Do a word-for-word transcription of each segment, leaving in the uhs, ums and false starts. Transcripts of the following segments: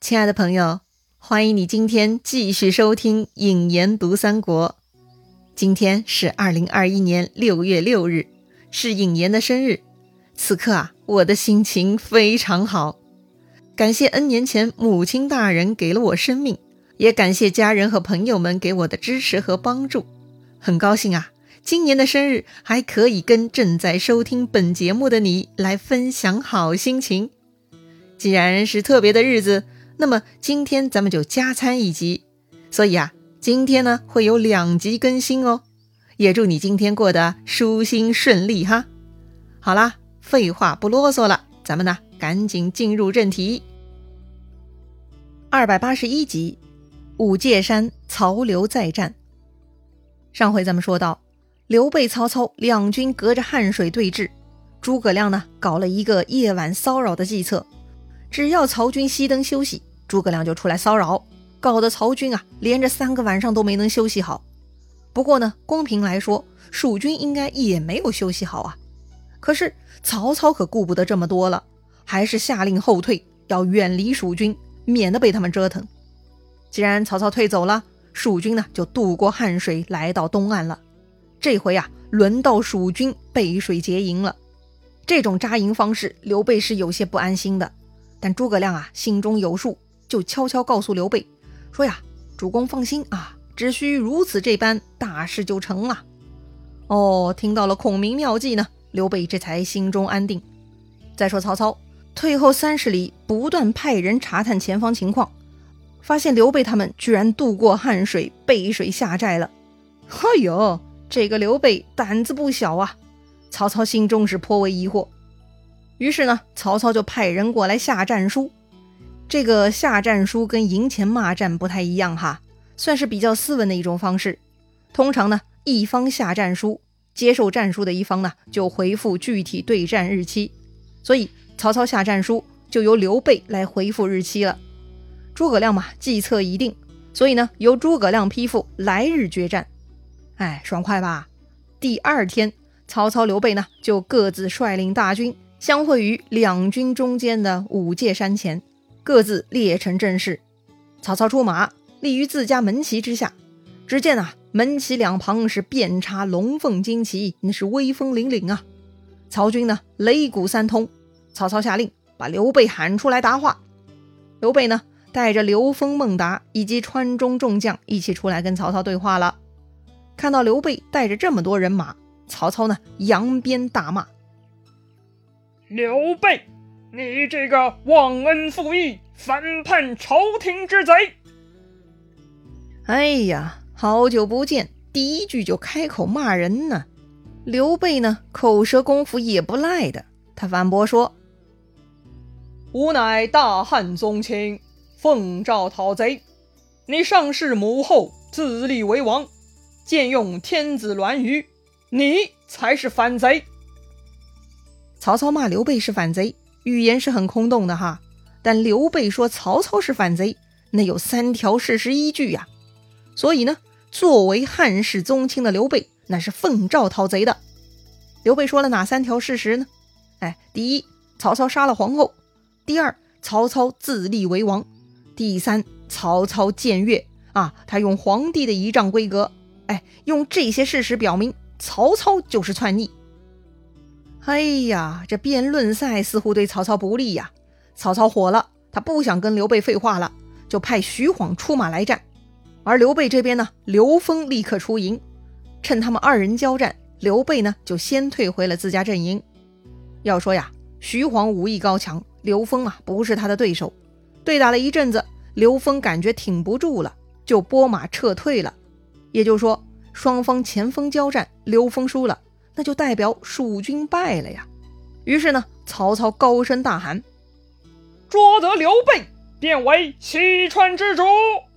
亲爱的朋友，欢迎你今天继续收听影言读三国。今天是二零二一年六月六日，是影言的生日。此刻啊，我的心情非常好。感谢 N 年前母亲大人给了我生命，也感谢家人和朋友们给我的支持和帮助。很高兴啊，今年的生日还可以跟正在收听本节目的你来分享好心情。既然是特别的日子，那么今天咱们就加餐一集，所以啊，今天呢会有两集更新哦。也祝你今天过得舒心顺利哈。好啦，废话不啰嗦了，咱们呢赶紧进入正题。二百八十一集，五界山曹刘再战。上回咱们说到，刘备曹操两军隔着汉水对峙，诸葛亮呢搞了一个夜晚骚扰的计策，只要曹军熄灯休息，诸葛亮就出来骚扰，搞得曹军啊连着三个晚上都没能休息好。不过呢，公平来说，蜀军应该也没有休息好啊。可是曹操可顾不得这么多了，还是下令后退，要远离蜀军，免得被他们折腾。既然曹操退走了，蜀军呢就渡过汉水来到东岸了。这回啊，轮到蜀军背水结营了。这种扎营方式，刘备是有些不安心的。但诸葛亮啊心中有数，就悄悄告诉刘备说呀，主公放心啊，只需如此这般，大事就成了。哦，听到了孔明妙计呢，刘备这才心中安定。再说曹操退后三十里，不断派人查探前方情况，发现刘备他们居然渡过汉水，背水下寨了。哎呦，这个刘备胆子不小啊！曹操心中是颇为疑惑。于是呢，曹操就派人过来下战书。这个下战书跟营前骂战不太一样哈，算是比较斯文的一种方式。通常呢，一方下战书，接受战书的一方呢就回复具体对战日期。所以曹操下战书就由刘备来回复日期了。诸葛亮嘛，计策已定，所以呢由诸葛亮批复来日决战。哎，爽快吧？第二天，曹操刘备呢就各自率领大军相会于两军中间的五界山前，各自列成阵势。曹操出马，立于自家门旗之下。只见啊，门旗两旁是遍插龙凤旌旗，那是威风凛凛啊。曹军呢，擂鼓三通。曹操下令把刘备喊出来答话。刘备呢，带着刘封、孟达以及川中众将一起出来跟曹操对话了。看到刘备带着这么多人马，曹操呢，扬鞭大骂： 刘备，你这个忘恩负义、反叛朝廷之贼！ 哎呀，好久不见，第一句就开口骂人呢。刘备呢，口舌功夫也不赖的，他反驳说： 吾乃大汉宗亲，奉诏讨贼，你上弑母后，自立为王，僭用天子銮舆，你才是反贼。 曹操骂刘备是反贼，语言是很空洞的哈。但刘备说曹操是反贼，那有三条事实依据呀。所以呢，作为汉室宗亲的刘备，那是奉诏讨贼的。刘备说了哪三条事实呢？哎，第一，曹操杀了皇后；第二，曹操自立为王；第三，曹操僭越啊，他用皇帝的仪仗规格。哎，用这些事实表明，曹操就是篡逆。哎呀，这辩论赛似乎对曹操不利呀。曹操火了，他不想跟刘备废话了，就派徐晃出马来战。而刘备这边呢，刘封立刻出营，趁他们二人交战，刘备呢就先退回了自家阵营。要说呀，徐晃武艺高强，刘封啊不是他的对手。对打了一阵子，刘封感觉挺不住了，就拨马撤退了。也就是说，双方前锋交战，刘封输了，那就代表蜀军败了呀。于是呢，曹操高声大喊： 捉得刘备，便为西川之主。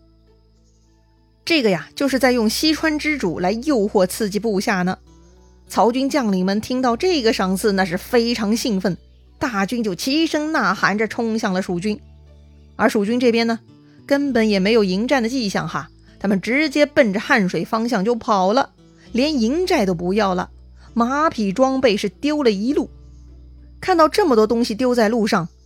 这个呀，就是在用西川之主来诱惑刺激部下呢。曹军将领们听到这个赏赐，那是非常兴奋，大军就齐声呐喊着冲向了蜀军。而蜀军这边呢，根本也没有迎战的迹象哈，他们直接奔着汉水方向就跑了，连营寨都不要了，马匹装备是丢了一路。看到这么多东西丢在路上，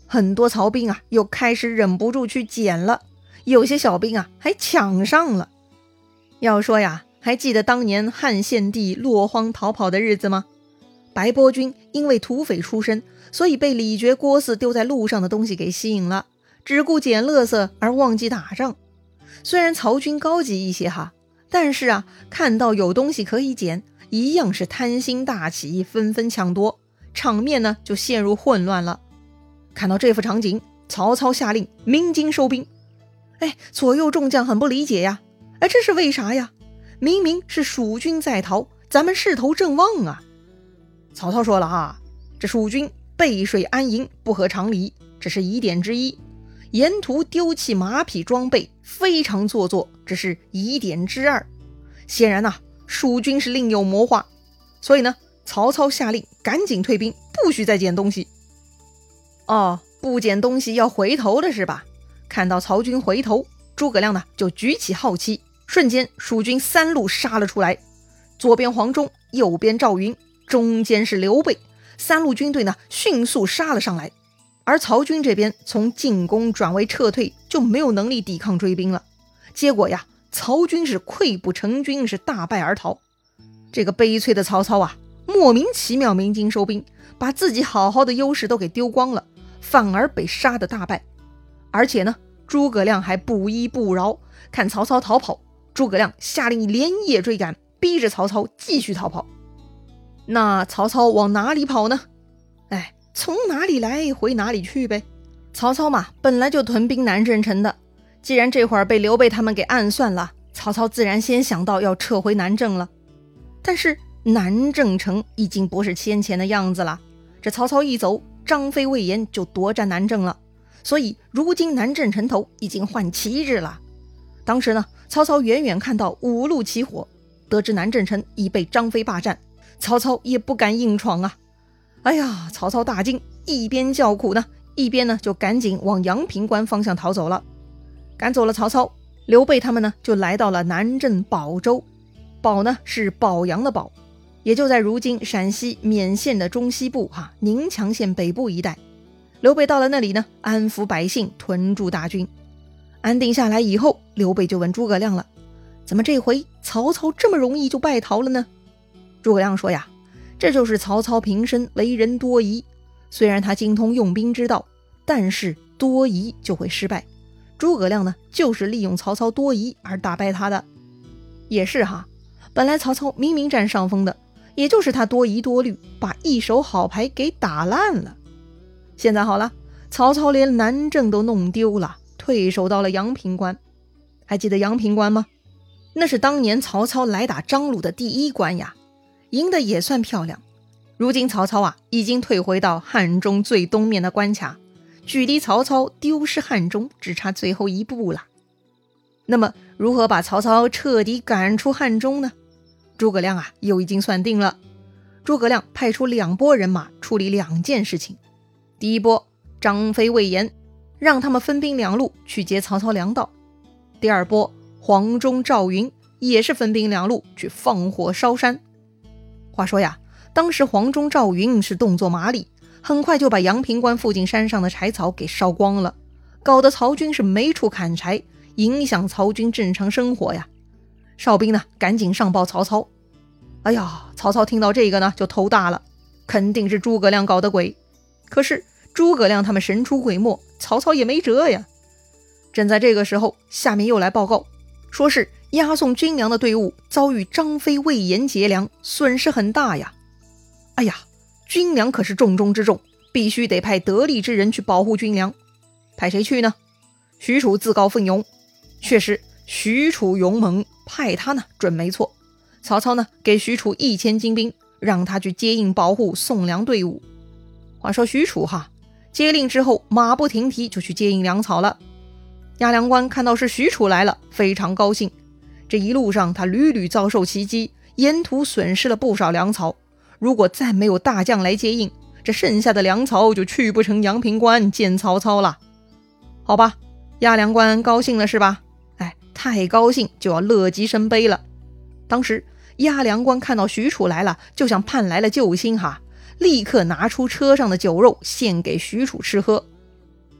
很多曹兵啊又开始忍不住去捡了，有些小兵啊还抢上了。要说呀，还记得当年汉献帝落荒逃跑的日子吗？白波军因为土匪出身，所以被李傕郭汜丢在路上的东西给吸引了，只顾捡垃圾而忘记打仗。虽然曹军高级一些哈，但是啊，看到有东西可以捡，一样是贪心大起，纷纷抢夺，场面呢就陷入混乱了。看到这幅场景，曹操下令鸣金收兵。哎，左右众将很不理解呀，哎，这是为啥呀？明明是蜀军在逃，咱们势头正旺啊。曹操说了哈，这蜀军背水安营，不合常理，这是疑点之一；沿途丢弃马匹装备，非常做作，这是疑点之二。显然呐、啊，蜀军是另有谋划，所以呢，曹操下令赶紧退兵，不许再捡东西。哦，不捡东西要回头的是吧？看到曹军回头，诸葛亮呢就举起好旗，瞬间蜀军三路杀了出来，左边黄忠，右边赵云，中间是刘备，三路军队呢迅速杀了上来。而曹军这边从进攻转为撤退，就没有能力抵抗追兵了。结果呀，曹军是溃不成军，是大败而逃。这个悲催的曹操啊，莫名其妙鸣金收兵，把自己好好的优势都给丢光了，反而被杀得大败。而且呢，诸葛亮还不依不饶，看曹操逃跑，诸葛亮下令连夜追赶，逼着曹操继续逃跑。那曹操往哪里跑呢？哎，从哪里来回哪里去呗。曹操嘛，本来就屯兵南郑城的，既然这会儿被刘备他们给暗算了，曹操自然先想到要撤回南郑了。但是南郑城已经不是先前的样子了，这曹操一走，张飞、魏延就夺占南郑了，所以如今南郑城头已经换旗帜了。当时呢，曹操远远看到五路起火，得知南郑城已被张飞霸占，曹操也不敢硬闯啊。哎呀，曹操大惊，一边叫苦呢，一边呢就赶紧往阳平关方向逃走了。赶走了曹操，刘备他们呢就来到了南郑保州。保呢是保阳的保，也就在如今陕西勉县的中西部哈、啊、宁强县北部一带。刘备到了那里呢，安抚百姓，屯驻大军。安定下来以后，刘备就问诸葛亮了，怎么这回曹操这么容易就败逃了呢？诸葛亮说呀，这就是曹操平生为人多疑，虽然他精通用兵之道，但是多疑就会失败。诸葛亮呢，就是利用曹操多疑而打败他的。也是哈，本来曹操明明占上风的，也就是他多疑多虑，把一手好牌给打烂了。现在好了，曹操连南郑都弄丢了，退守到了阳平关。还记得阳平关吗？那是当年曹操来打张鲁的第一关呀，赢得也算漂亮。如今曹操啊，已经退回到汉中最东面的关卡，距离曹操丢失汉中只差最后一步了。那么如何把曹操彻底赶出汉中呢？诸葛亮啊，又已经算定了。诸葛亮派出两拨人马处理两件事情。第一波，张飞、魏延，让他们分兵两路去劫曹操粮道。第二波，黄忠、赵云也是分兵两路去放火烧山。话说呀，当时黄忠、赵云是动作麻利，很快就把阳平关附近山上的柴草给烧光了，搞得曹军是没处砍柴，影响曹军正常生活呀。哨兵呢，赶紧上报曹操。哎呀，曹操听到这个呢，就头大了，肯定是诸葛亮搞的鬼。可是诸葛亮他们神出鬼没，曹操也没辙呀。正在这个时候，下面又来报告，说是押送军粮的队伍遭遇张飞、魏延劫粮，损失很大呀。哎呀，军粮可是重中之重，必须得派得力之人去保护军粮。派谁去呢？许褚自告奋勇。确实，许褚勇猛，派他呢准没错。曹操呢给许褚一千精兵，让他去接应保护送粮队伍。话说许褚哈，接令之后马不停蹄就去接应粮草了。押粮官看到是许褚来了，非常高兴。这一路上他屡屡遭受袭击，沿途损失了不少粮草。如果再没有大将来接应，这剩下的粮草就去不成阳平关见曹操了。好吧，押粮官高兴了是吧？哎，太高兴就要乐极生悲了。当时押粮官看到许褚来了，就像盼来了救星哈，立刻拿出车上的酒肉献给许褚吃喝。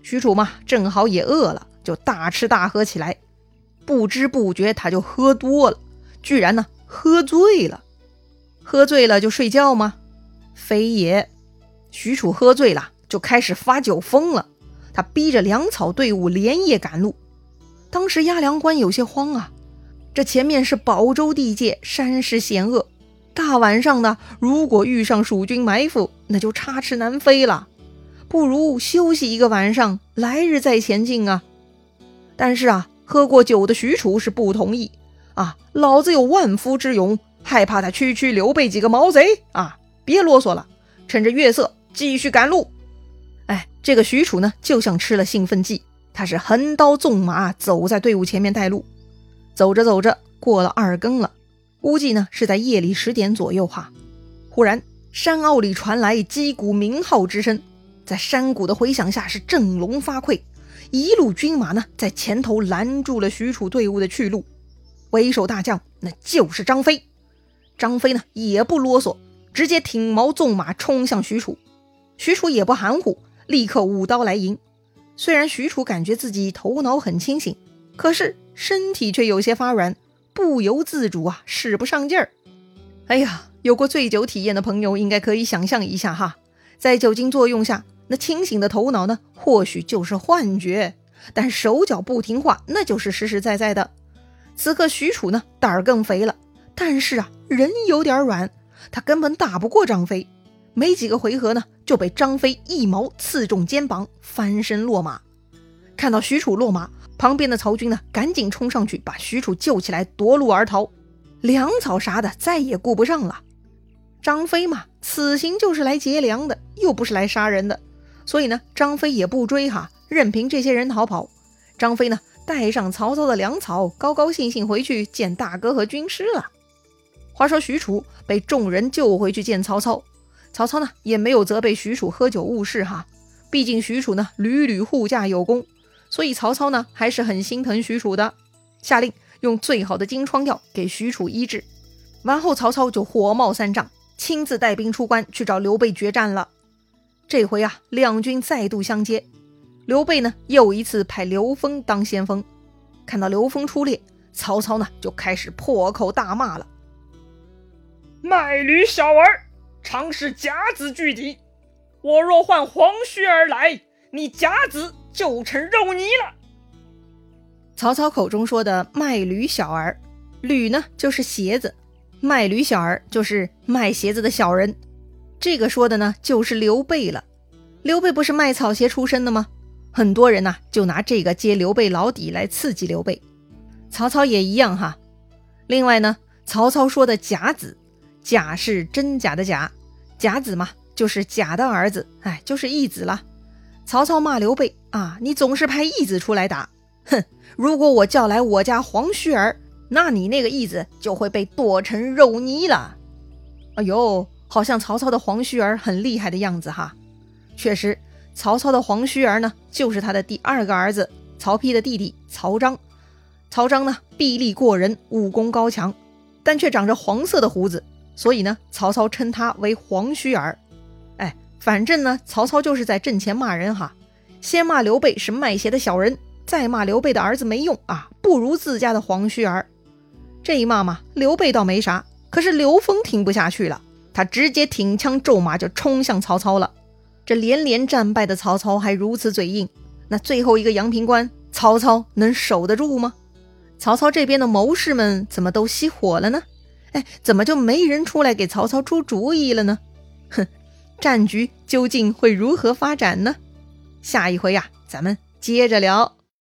许褚嘛，正好也饿了，就大吃大喝起来。不知不觉他就喝多了，居然呢喝醉了。喝醉了就睡觉吗？非也。许褚喝醉了，就开始发酒疯了。他逼着粮草队伍连夜赶路。当时押粮官有些慌啊，这前面是保州地界，山势险恶，大晚上的，如果遇上蜀军埋伏，那就插翅难飞了。不如休息一个晚上，来日再前进啊。但是啊，喝过酒的许褚是不同意啊，老子有万夫之勇，害怕他区区刘备几个毛贼啊！别啰嗦了，趁着月色继续赶路。哎，这个许褚呢，就像吃了兴奋剂，他是横刀纵马走在队伍前面带路。走着走着，过了二更了，估计呢是在夜里十点左右哈。忽然山坳里传来击鼓鸣号之声，在山谷的回响下是振聋发聩，一路军马呢在前头拦住了许褚队伍的去路。为首大将那就是张飞。张飞呢也不啰嗦，直接挺矛纵马冲向许褚。许褚也不含糊，立刻舞刀来迎。虽然许褚感觉自己头脑很清醒，可是身体却有些发软，不由自主啊使不上劲儿。哎呀，有过醉酒体验的朋友应该可以想象一下哈，在酒精作用下，那清醒的头脑呢或许就是幻觉，但手脚不听话那就是实实在在的。此刻许褚呢胆儿更肥了，但是啊人有点软，他根本打不过张飞。没几个回合呢，就被张飞一矛刺中肩膀，翻身落马。看到许褚落马，旁边的曹军呢赶紧冲上去把许褚救起来，夺路而逃。粮草啥的再也顾不上了。张飞嘛，此行就是来劫粮的，又不是来杀人的，所以呢张飞也不追哈，任凭这些人逃跑。张飞呢带上曹操的粮草，高高兴兴回去见大哥和军师了。话说许褚被众人救回去见曹操，曹操呢也没有责备许褚喝酒误事哈，毕竟许褚呢屡屡护驾有功，所以曹操呢还是很心疼许褚的，下令用最好的金疮药给许褚医治。完后曹操就火冒三丈，亲自带兵出关去找刘备决战了。这回啊两军再度相接，刘备呢又一次派刘封当先锋。看到刘封出列，曹操呢就开始破口大骂了。 卖驴小儿，常是甲子拒敌，我若换黄须儿来，你甲子就成肉泥了。 曹操口中说的卖驴小儿，驴呢就是鞋子，卖驴小儿就是卖鞋子的小人。这个说的呢就是刘备了。刘备不是卖草鞋出身的吗？很多人呢、啊、就拿这个揭刘备老底来刺激刘备。曹操也一样哈。另外呢，曹操说的甲子，甲是真假的甲，甲子嘛就是甲的儿子，哎，就是义子了。曹操骂刘备啊，你总是派义子出来打，哼，如果我叫来我家黄须儿，那你那个义子就会被剁成肉泥了。哎呦，好像曹操的黄须儿很厉害的样子哈。确实，曹操的黄须儿呢就是他的第二个儿子，曹丕的弟弟曹彰。曹彰呢臂力过人，武功高强，但却长着黄色的胡子，所以呢曹操称他为黄须儿。哎，反正呢曹操就是在阵前骂人哈，先骂刘备是卖鞋的小人，再骂刘备的儿子没用啊，不如自家的黄须儿。这一骂嘛，刘备倒没啥，可是刘封听不下去了，他直接挺枪骤马就冲向曹操了。这连连战败的曹操还如此嘴硬，那最后一个阳平关，曹操能守得住吗？曹操这边的谋士们怎么都熄火了呢？哎，怎么就没人出来给曹操出主意了呢？哼，战局究竟会如何发展呢？下一回呀、啊，咱们接着聊。